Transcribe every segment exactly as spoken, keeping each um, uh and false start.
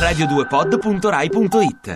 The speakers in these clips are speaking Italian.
radio due pod punto rai punto it.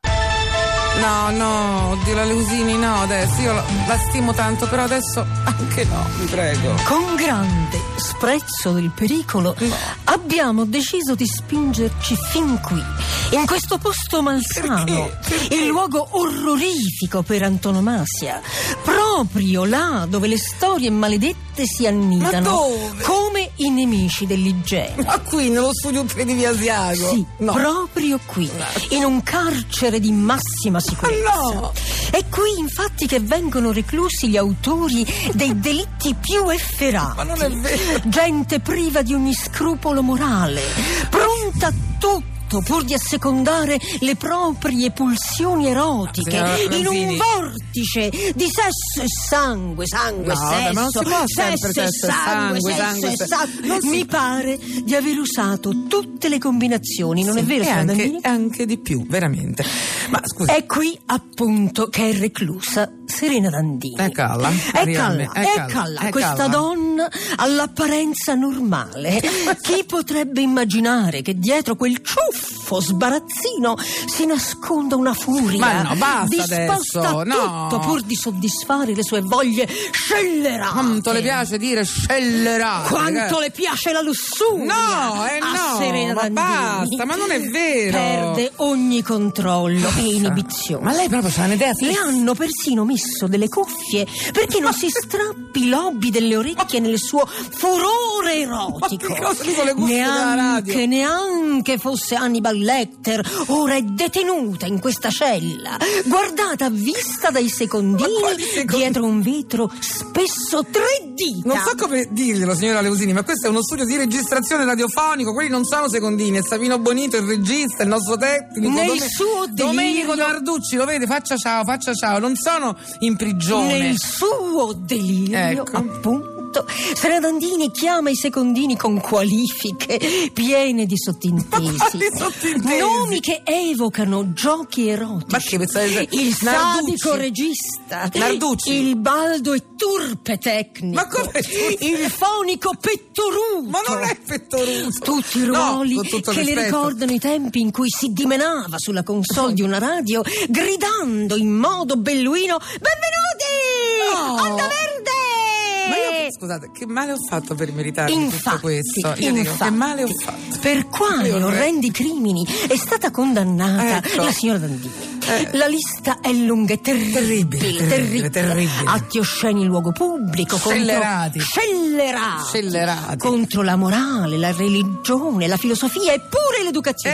No, no, oddio, la Leusini no, adesso io la, la stimo tanto, però adesso anche no, mi prego. Con grande sprezzo del pericolo no. abbiamo deciso di spingerci fin qui, in questo posto malsano, Perché? Perché? il luogo orrorifico per antonomasia, proprio là dove le storie maledette si annidano. Ma dove? Come i nemici dell'igiene. Ma qui, nello studio tre di Via Asiago? Sì, no. proprio qui, in un carcere di massima sicurezza. No. È qui infatti che vengono reclusi gli autori dei delitti più efferati. Ma non è vero. Gente priva di ogni scrupolo morale, pronta a tutto pur di assecondare le proprie pulsioni erotiche in un vortice di sesso e sangue, sangue No, e sesso, vabbè, ma non si può sempre sesso e sesso e sangue, sangue, sesso sangue, e se- sangue. non si- Mi pare di aver usato tutte le combinazioni, non è vero, E signora anche, Dandini? anche di più, veramente. Ma scusi, È qui appunto che è reclusa Serena Dandini. Eccola, Eccola, Arianne, eccola, eccola, eccola. questa donna all'apparenza normale. Chi potrebbe immaginare che dietro quel ciuffo sbarazzino si nasconda una furia Ma no, basta disposta adesso, a no. tutto pur di soddisfare le sue voglie scellerate. quanto le piace dire scellerate? Quanto le piace la lussuria. No, eh a no, Serena ma Dandini. basta, ma non è vero. Perde ogni controllo e inibizione. Ma lei proprio c'ha un'idea Le hanno persino messo delle cuffie perché non si strappi i lobi delle orecchie nel suo furore erotico. Ma che cosa dico le cuffie della radio? Neanche, neanche fosse Hannibal Lecter, ora è detenuta in questa cella, guardata a vista dai secondini quali secondini? dietro un vetro spesso tre dita. Non so come dirglielo, signora Leusini, ma questo è uno studio di registrazione radiofonico. Quelli non sono secondini, è Savino Bonito, il regista, il nostro tecnico. Nel Dome- suo delirio- Domenico Narducci, lo vede? Faccia ciao, faccia ciao. Non sono in prigione. Nel suo delirio, Ecco. appunto, Serena Dandini chiama i secondini con qualifiche piene di sottintesi. Ma quali sottintesi? Nomi che evocano giochi erotici. Ma che pensate? Il Narducci? sadico regista, Narducci? il baldo e turpe tecnico, Ma come turpe? il fonico pettoruto. Ma non è pettoruto. Tutti i No, ruoli con tutto che le rispetto. ricordano i tempi in cui si dimenava sulla console di una radio gridando in modo belluino: benvenuti! No. Onda Verde! Ma io, scusate, che male ho fatto per meritare tutto Infatti, questo? Io dico, che infatti, male ho fatto? per quali Io vorrei- orrendi crimini è stata condannata Ecco. la signora Dandini? Eh. La lista è lunga e terribile, Terribile, terribile, terribile. Atti osceni in luogo pubblico, Scellerati. contro scellerati, Scellerati. contro la morale, la religione, la filosofia e pure l'educazione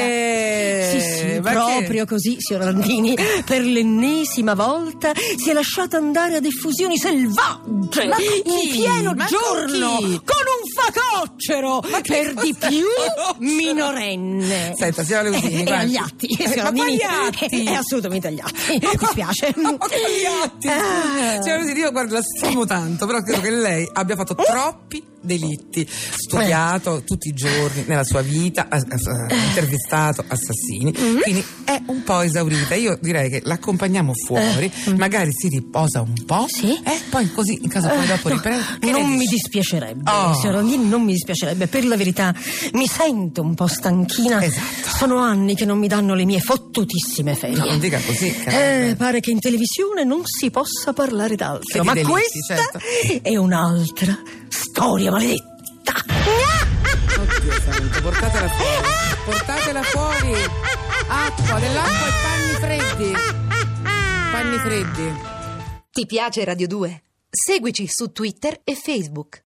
Eh, fisica. Sì, sì, ma proprio così, signora Dandini, per l'ennesima volta si è lasciata andare a diffusioni selvagge, Ma con in chi? pieno Ma con giorno, chi? con un facoccero, Ma che per di cosa più facoccero? minorenne. Signora signora Leusini, È guardi. agli atti, Eh, signora ma quali Dandini, atti? È assolutamente agli atti, mi spiace. Ma quali atti? Ah. Signora Leusini, io guardo, la stimo tanto, però credo che lei abbia fatto troppi delitti, studiato tutti i giorni nella sua vita, ha, ha intervistato assassini, quindi è un po' esaurita. Io direi che l'accompagniamo fuori, magari si riposa un po', Sì? e poi così in caso poi dopo No, riprende. Che non ne mi dici? dispiacerebbe, Oh. signora Dandini, non mi dispiacerebbe. Per la verità, mi sento un po' stanchina. Esatto. Sono anni che non mi danno le mie fottutissime ferie. No, non dica così, Eh, caramba. pare che in televisione non si possa parlare Che d'altro, di ma delitti, questa certo. è un'altra storia maledetta. Oddio santo, portatela fuori, portatela fuori. Acqua, dell'acqua e panni freddi. Panni freddi. Ti piace Radio due? Seguici su Twitter e Facebook.